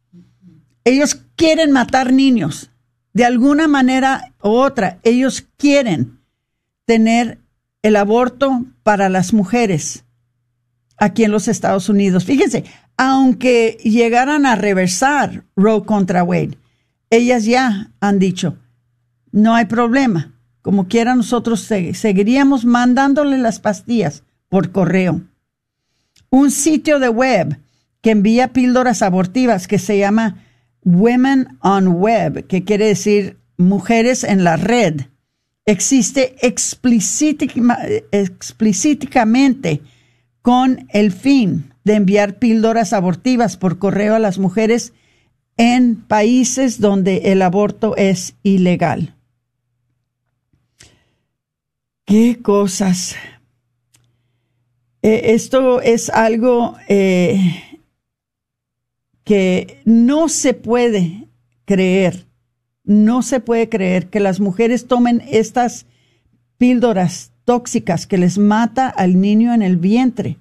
Ellos quieren matar niños, de alguna manera u otra. Ellos quieren tener el aborto para las mujeres aquí en los Estados Unidos. Fíjense, aunque llegaran a reversar Roe contra Wade, ellas ya han dicho, no hay problema. Como quiera, nosotros seguiríamos mandándole las pastillas por correo. Un sitio de web que envía píldoras abortivas que se llama Women on Web, que quiere decir mujeres en la red, existe explícitamente con el fin de enviar píldoras abortivas por correo a las mujeres en países donde el aborto es ilegal. ¿Qué cosas? Eh, esto es algo eh, que no se puede creer, no se puede creer que las mujeres tomen estas píldoras tóxicas que les mata al niño en el vientre,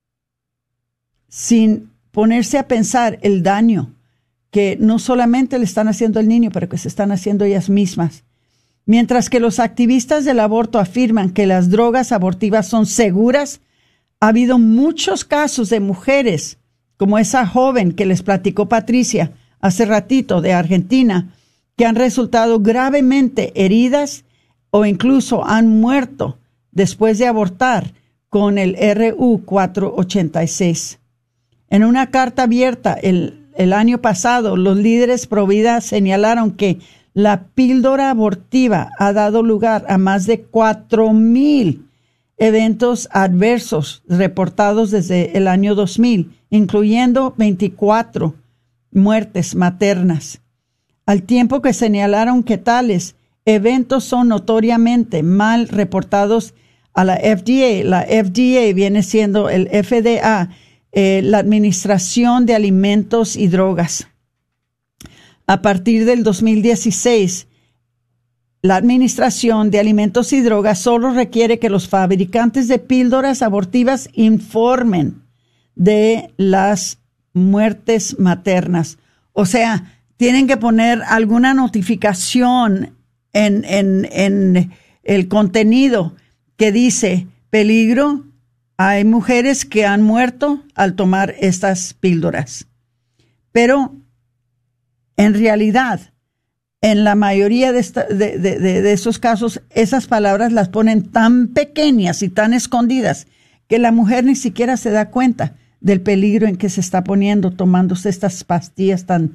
sin ponerse a pensar el daño que no solamente le están haciendo al niño, pero que se están haciendo ellas mismas. Mientras que los activistas del aborto afirman que las drogas abortivas son seguras, ha habido muchos casos de mujeres, como esa joven que les platicó Patricia hace ratito de Argentina, que han resultado gravemente heridas o incluso han muerto después de abortar con el R U cuatrocientos ochenta y seis. En una carta abierta el, el año pasado, los líderes pro vida señalaron que la píldora abortiva ha dado lugar a más de cuatro mil eventos adversos reportados desde el año dos mil, incluyendo veinticuatro muertes maternas. Al tiempo que señalaron que tales eventos son notoriamente mal reportados a la F D A. La F D A viene siendo el F D A, eh, la Administración de Alimentos y Drogas. A partir del dos mil dieciséis, la Administración de Alimentos y Drogas solo requiere que los fabricantes de píldoras abortivas informen de las muertes maternas. O sea, tienen que poner alguna notificación en, en, en el contenido que dice, peligro, hay mujeres que han muerto al tomar estas píldoras. Pero en realidad, en la mayoría de, esta, de, de, de, de esos casos, esas palabras las ponen tan pequeñas y tan escondidas que la mujer ni siquiera se da cuenta del peligro en que se está poniendo tomándose estas pastillas tan,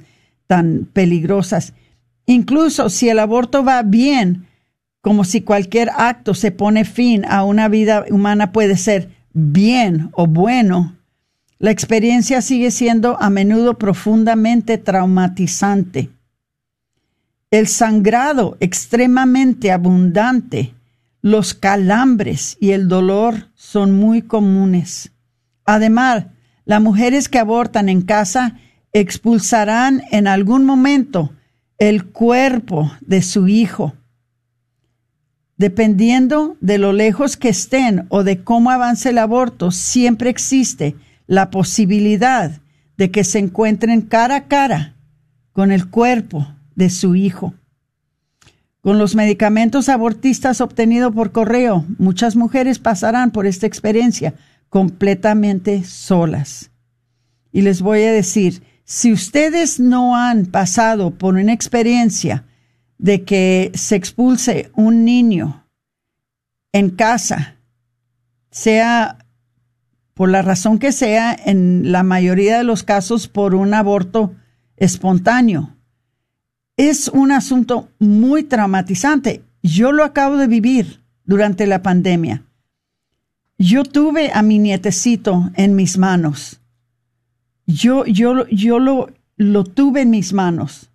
tan peligrosas. Incluso si el aborto va bien, como si cualquier acto se pone fin a una vida humana puede ser bien o bueno, la experiencia sigue siendo a menudo profundamente traumatizante. El sangrado extremadamente abundante, los calambres y el dolor son muy comunes. Además, las mujeres que abortan en casa expulsarán en algún momento el cuerpo de su hijo. Dependiendo de lo lejos que estén o de cómo avance el aborto, siempre existe la posibilidad de que se encuentren cara a cara con el cuerpo de su hijo. Con los medicamentos abortistas obtenidos por correo, muchas mujeres pasarán por esta experiencia completamente solas. Y les voy a decir, si ustedes no han pasado por una experiencia de que se expulse un niño en casa, sea por la razón que sea, en la mayoría de los casos por un aborto espontáneo, es un asunto muy traumatizante. Yo lo acabo de vivir durante la pandemia. Yo tuve a mi nietecito en mis manos. Yo, yo, yo lo, lo tuve en mis manos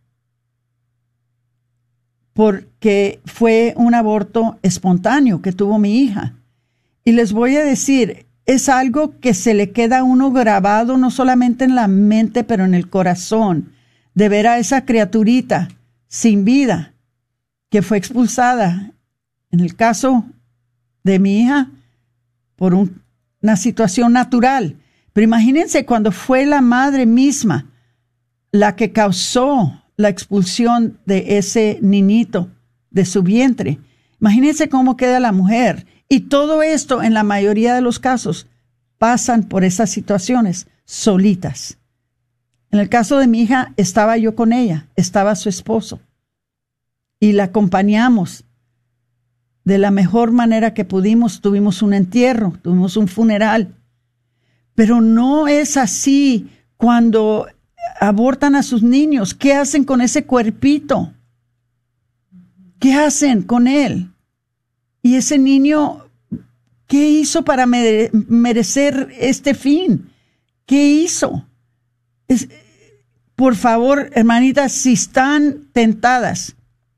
porque fue un aborto espontáneo que tuvo mi hija. Y les voy a decir, es algo que se le queda a uno grabado no solamente en la mente, pero en el corazón, de ver a esa criaturita sin vida que fue expulsada, en el caso de mi hija, por un, una situación natural. Pero imagínense cuando fue la madre misma la que causó la expulsión de ese niñito de su vientre. Imagínense cómo queda la mujer. Y todo esto, en la mayoría de los casos, pasan por esas situaciones solitas. En el caso de mi hija, estaba yo con ella, estaba su esposo. Y la acompañamos de la mejor manera que pudimos. Tuvimos un entierro, tuvimos un funeral. Pero no es así cuando abortan a sus niños. ¿Qué hacen con ese cuerpito? ¿Qué hacen con él? Y ese niño, ¿qué hizo para mere- merecer este fin? ¿Qué hizo? Es, por favor, hermanitas, si están tentadas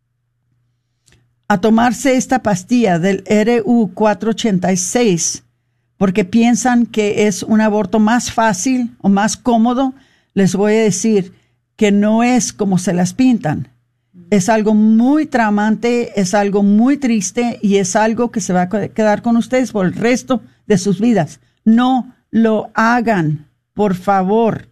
a tomarse esta pastilla del R U cuatrocientos ochenta y seis, porque piensan que es un aborto más fácil o más cómodo, les voy a decir que no es como se las pintan. Es algo muy traumante, es algo muy triste y es algo que se va a quedar con ustedes por el resto de sus vidas. No lo hagan, por favor.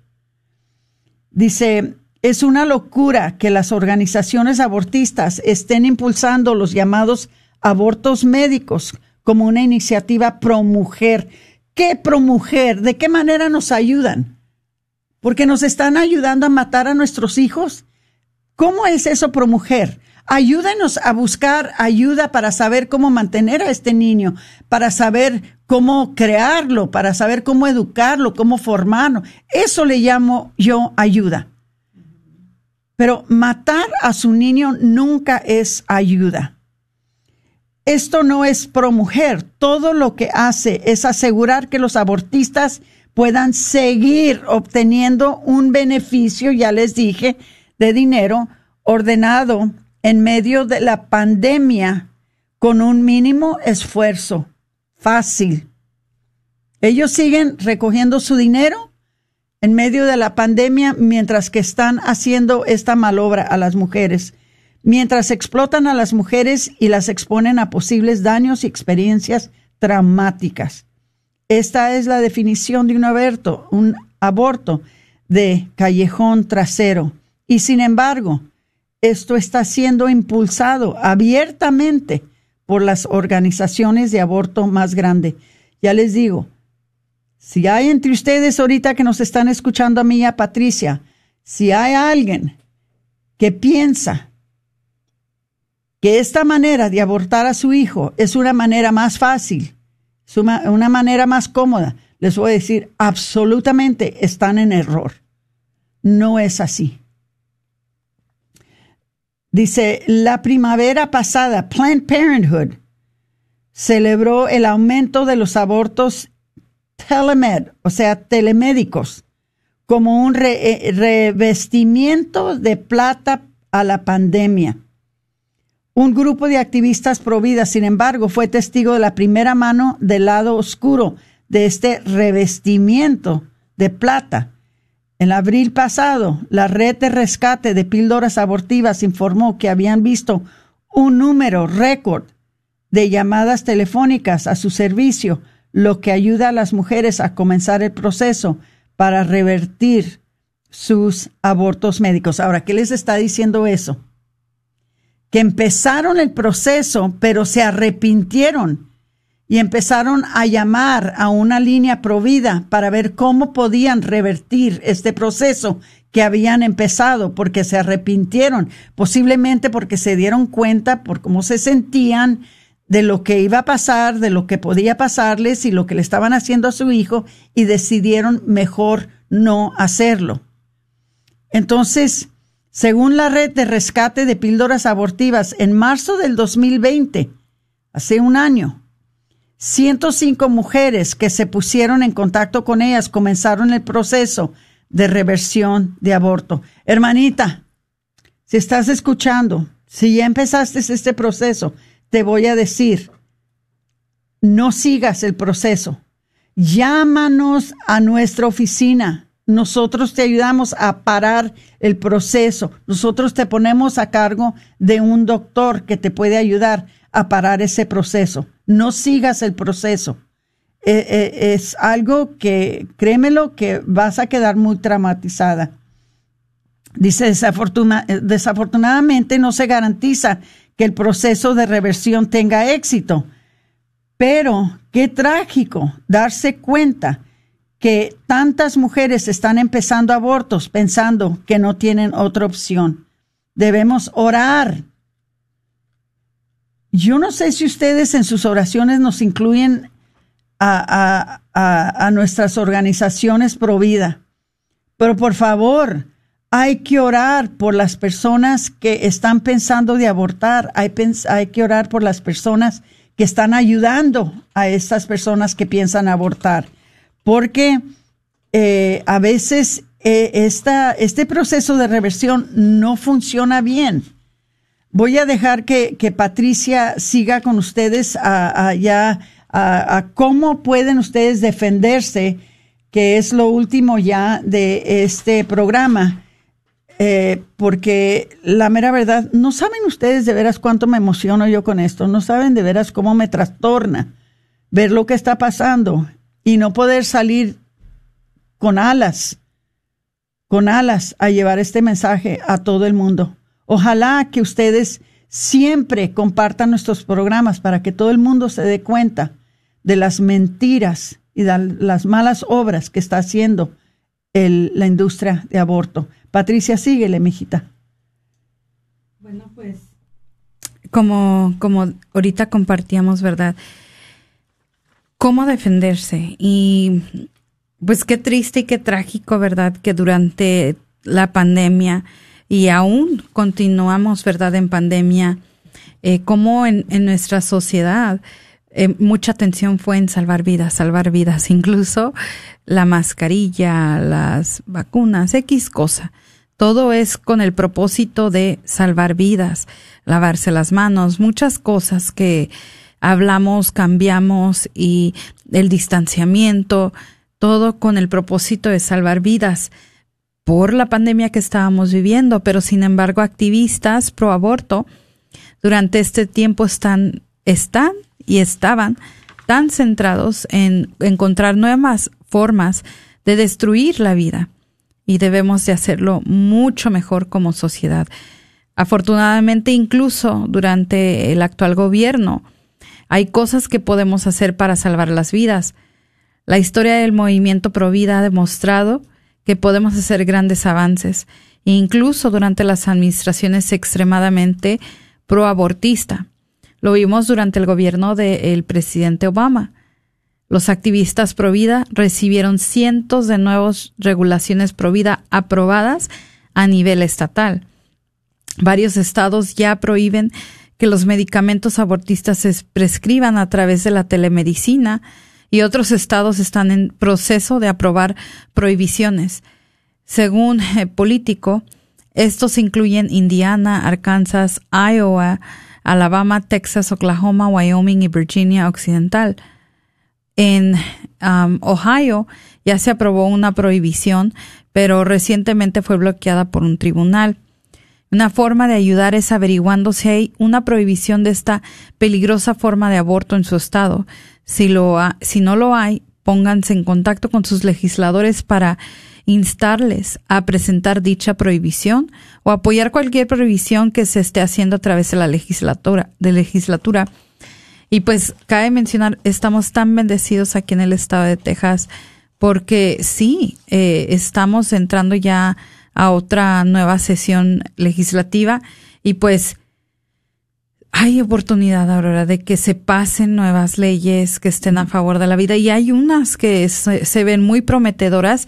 Dice, es una locura que las organizaciones abortistas estén impulsando los llamados abortos médicos como una iniciativa pro mujer. ¿Qué pro mujer? ¿De qué manera nos ayudan? ¿Porque nos están ayudando a matar a nuestros hijos? ¿Cómo es eso pro mujer? Ayúdenos a buscar ayuda para saber cómo mantener a este niño, para saber cómo crearlo, para saber cómo educarlo, cómo formarlo. Eso le llamo yo ayuda. Pero matar a su niño nunca es ayuda. Esto no es pro mujer. Todo lo que hace es asegurar que los abortistas puedan seguir obteniendo un beneficio, ya les dije, de dinero ordenado en medio de la pandemia con un mínimo esfuerzo. Fácil. Ellos siguen recogiendo su dinero en medio de la pandemia mientras que están haciendo esta malobra a las mujeres, mientras explotan a las mujeres y las exponen a posibles daños y experiencias traumáticas. Esta es la definición de un aborto, un aborto de callejón trasero. Y sin embargo, esto está siendo impulsado abiertamente por las organizaciones de aborto más grandes. Ya les digo, si hay entre ustedes ahorita que nos están escuchando a mí y a Patricia, si hay alguien que piensa que esta manera de abortar a su hijo es una manera más fácil, es una, una manera más cómoda, les voy a decir, absolutamente están en error. No es así. Dice, la primavera pasada, Planned Parenthood celebró el aumento de los abortos telemed, o sea, telemédicos, como un re- revestimiento de plata a la pandemia. Un grupo de activistas pro vida, sin embargo, fue testigo de la primera mano del lado oscuro de este revestimiento de plata. En abril pasado, la red de rescate de píldoras abortivas informó que habían visto un número récord de llamadas telefónicas a su servicio, lo que ayuda a las mujeres a comenzar el proceso para revertir sus abortos médicos. Ahora, ¿qué les está diciendo eso? Que empezaron el proceso, pero se arrepintieron y empezaron a llamar a una línea provida para ver cómo podían revertir este proceso que habían empezado, porque se arrepintieron, posiblemente porque se dieron cuenta por cómo se sentían, de lo que iba a pasar, de lo que podía pasarles y lo que le estaban haciendo a su hijo, y decidieron mejor no hacerlo. Entonces, según la red de rescate de píldoras abortivas, en marzo del dos mil veinte, hace un año, ciento cinco mujeres que se pusieron en contacto con ellas comenzaron el proceso de reversión de aborto. Hermanita, si estás escuchando, si ya empezaste este proceso, te voy a decir, no sigas el proceso. Llámanos a nuestra oficina. Nosotros te ayudamos a parar el proceso. Nosotros te ponemos a cargo de un doctor que te puede ayudar a parar ese proceso. No sigas el proceso. Eh, eh, es algo que, créemelo, que vas a quedar muy traumatizada. Dice, desafortuna, desafortunadamente no se garantiza que el proceso de reversión tenga éxito. Pero qué trágico darse cuenta que tantas mujeres están empezando abortos pensando que no tienen otra opción. Debemos orar. Yo no sé si ustedes en sus oraciones nos incluyen a, a, a, a nuestras organizaciones pro vida, pero por favor, hay que orar por las personas que están pensando de abortar. Hay, hay que orar por las personas que están ayudando a estas personas que piensan abortar. Porque eh, a veces eh, esta, este proceso de reversión no funciona bien. Voy a dejar que, que Patricia siga con ustedes a, a, ya, a, a cómo pueden ustedes defenderse, que es lo último ya de este programa. Eh, porque la mera verdad, no saben ustedes de veras cuánto me emociono yo con esto, no saben de veras cómo me trastorna ver lo que está pasando y no poder salir con alas, con alas a llevar este mensaje a todo el mundo. Ojalá que ustedes siempre compartan nuestros programas para que todo el mundo se dé cuenta de las mentiras y de las malas obras que está haciendo el, la industria de aborto. Patricia, síguele, mijita. Bueno, pues, como, como ahorita compartíamos, ¿verdad? ¿Cómo defenderse? Y pues qué triste y qué trágico, ¿verdad? Que durante la pandemia, y aún continuamos, ¿verdad? En pandemia, eh, como en, en nuestra sociedad, eh, mucha atención fue en salvar vidas, salvar vidas, incluso la mascarilla, las vacunas, X cosa. Todo es con el propósito de salvar vidas, lavarse las manos, muchas cosas que hablamos, cambiamos, y el distanciamiento, todo con el propósito de salvar vidas por la pandemia que estábamos viviendo. Pero sin embargo, activistas pro aborto durante este tiempo están, están y estaban tan centrados en encontrar nuevas formas de destruir la vida, y debemos de hacerlo mucho mejor como sociedad. Afortunadamente, incluso durante el actual gobierno, hay cosas que podemos hacer para salvar las vidas. La historia del movimiento pro vida ha demostrado que podemos hacer grandes avances, incluso durante las administraciones extremadamente pro-abortista. Lo vimos durante el gobierno del presidente Obama. Los activistas pro vida recibieron cientos de nuevas regulaciones pro vida aprobadas a nivel estatal. Varios estados ya prohíben que los medicamentos abortistas se prescriban a través de la telemedicina y otros estados están en proceso de aprobar prohibiciones. Según eh, Político, estos incluyen Indiana, Arkansas, Iowa, Alabama, Texas, Oklahoma, Wyoming y Virginia Occidental. En um, Ohio ya se aprobó una prohibición, pero recientemente fue bloqueada por un tribunal. Una forma de ayudar es averiguando si hay una prohibición de esta peligrosa forma de aborto en su estado. Si, lo ha, si no lo hay, pónganse en contacto con sus legisladores para instarles a presentar dicha prohibición o apoyar cualquier prohibición que se esté haciendo a través de la legislatura. De legislatura. Y pues cabe mencionar, estamos tan bendecidos aquí en el estado de Texas porque sí, eh, estamos entrando ya a otra nueva sesión legislativa y pues hay oportunidad, Aurora, de que se pasen nuevas leyes que estén a favor de la vida y hay unas que se, se ven muy prometedoras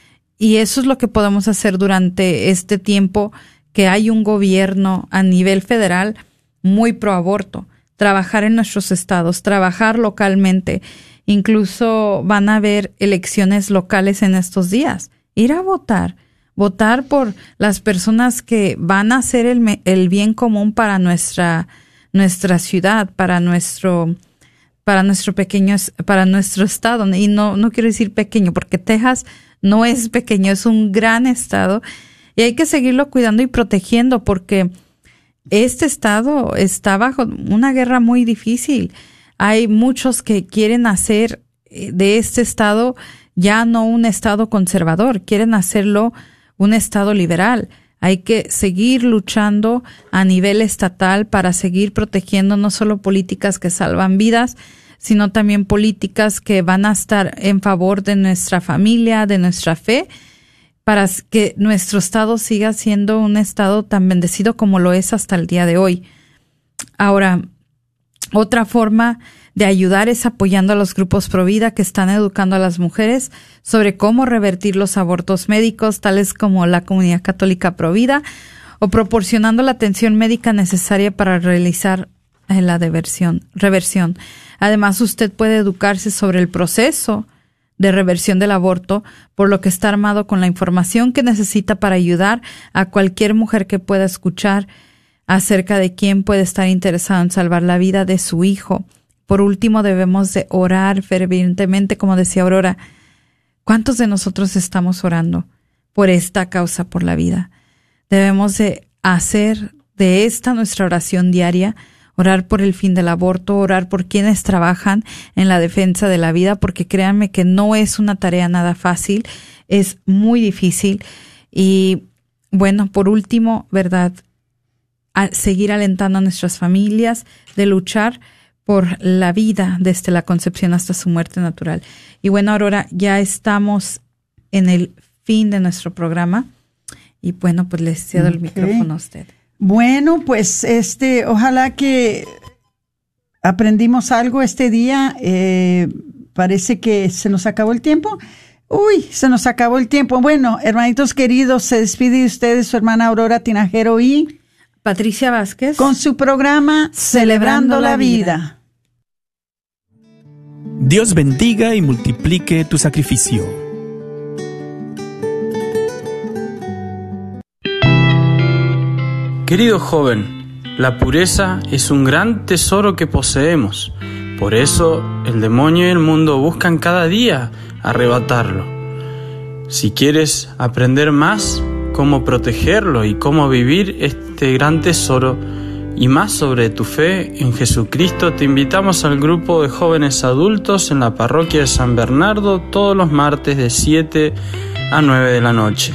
y eso es lo que podemos hacer durante este tiempo que hay un gobierno a nivel federal muy pro aborto. Trabajar en nuestros estados, trabajar localmente. Incluso van a haber elecciones locales en estos días. Ir a votar, votar por las personas que van a hacer el, el bien común para nuestra nuestra ciudad, para nuestro para nuestro pequeño para nuestro estado. Y no no quiero decir pequeño porque Texas no es pequeño, es un gran estado y hay que seguirlo cuidando y protegiendo porque este estado está bajo una guerra muy difícil. Hay muchos que quieren hacer de este estado ya no un estado conservador, quieren hacerlo un estado liberal. Hay que seguir luchando a nivel estatal para seguir protegiendo no solo políticas que salvan vidas, sino también políticas que van a estar en favor de nuestra familia, de nuestra fe, para que nuestro estado siga siendo un estado tan bendecido como lo es hasta el día de hoy. Ahora, otra forma de ayudar es apoyando a los grupos pro vida que están educando a las mujeres sobre cómo revertir los abortos médicos, tales como la Comunidad Católica Pro Vida, o proporcionando la atención médica necesaria para realizar la reversión. reversión. Además, usted puede educarse sobre el proceso de reversión del aborto, por lo que está armado con la información que necesita para ayudar a cualquier mujer que pueda escuchar acerca de quién puede estar interesado en salvar la vida de su hijo. Por último, debemos de orar fervientemente, como decía Aurora. ¿Cuántos de nosotros estamos orando por esta causa, por la vida? Debemos de hacer de esta nuestra oración diaria, orar por el fin del aborto, orar por quienes trabajan en la defensa de la vida, porque créanme que no es una tarea nada fácil, es muy difícil. Y bueno, por último, ¿verdad? A seguir alentando a nuestras familias de luchar por la vida desde la concepción hasta su muerte natural. Y bueno, Aurora, ya estamos en el fin de nuestro programa y bueno, pues les cedo el okay. micrófono a usted. Bueno, pues este, ojalá que aprendimos algo este día. Eh, parece que se nos acabó el tiempo. Uy, se nos acabó el tiempo. Bueno, hermanitos queridos, se despide de ustedes su hermana Aurora Tinajero y Patricia Vázquez con su programa Celebrando, Celebrando la Vida. vida. Dios bendiga y multiplique tu sacrificio. Querido joven, la pureza es un gran tesoro que poseemos. Por eso el demonio y el mundo buscan cada día arrebatarlo. Si quieres aprender más cómo protegerlo y cómo vivir este gran tesoro y más sobre tu fe en Jesucristo, te invitamos al grupo de jóvenes adultos en la parroquia de San Bernardo todos los martes de siete a nueve de la noche.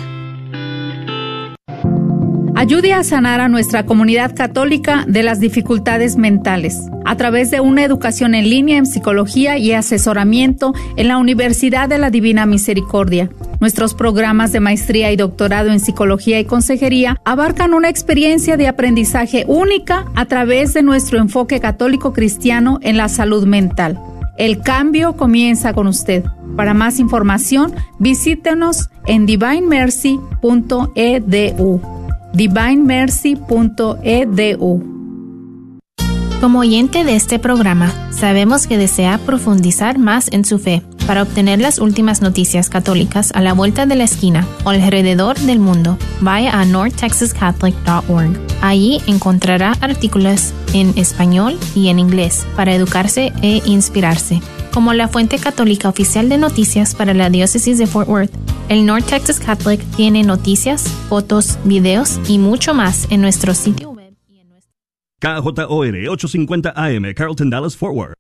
Ayude a sanar a nuestra comunidad católica de las dificultades mentales a través de una educación en línea en psicología y asesoramiento en la Universidad de la Divina Misericordia. Nuestros programas de maestría y doctorado en psicología y consejería abarcan una experiencia de aprendizaje única a través de nuestro enfoque católico cristiano en la salud mental. El cambio comienza con usted. Para más información, visítenos en divine mercy punto e d u. divine mercy punto e d u. Como oyente de este programa, sabemos que desea profundizar más en su fe. Para obtener las últimas noticias católicas a la vuelta de la esquina o alrededor del mundo, vaya a north texas catholic dot org. Allí encontrará artículos en español y en inglés para educarse e inspirarse. Como la fuente católica oficial de noticias para la diócesis de Fort Worth, el North Texas Catholic tiene noticias, fotos, videos y mucho más en nuestro sitio web. K J O R ochocientos cincuenta A M, Carrollton, Dallas, Fort Worth.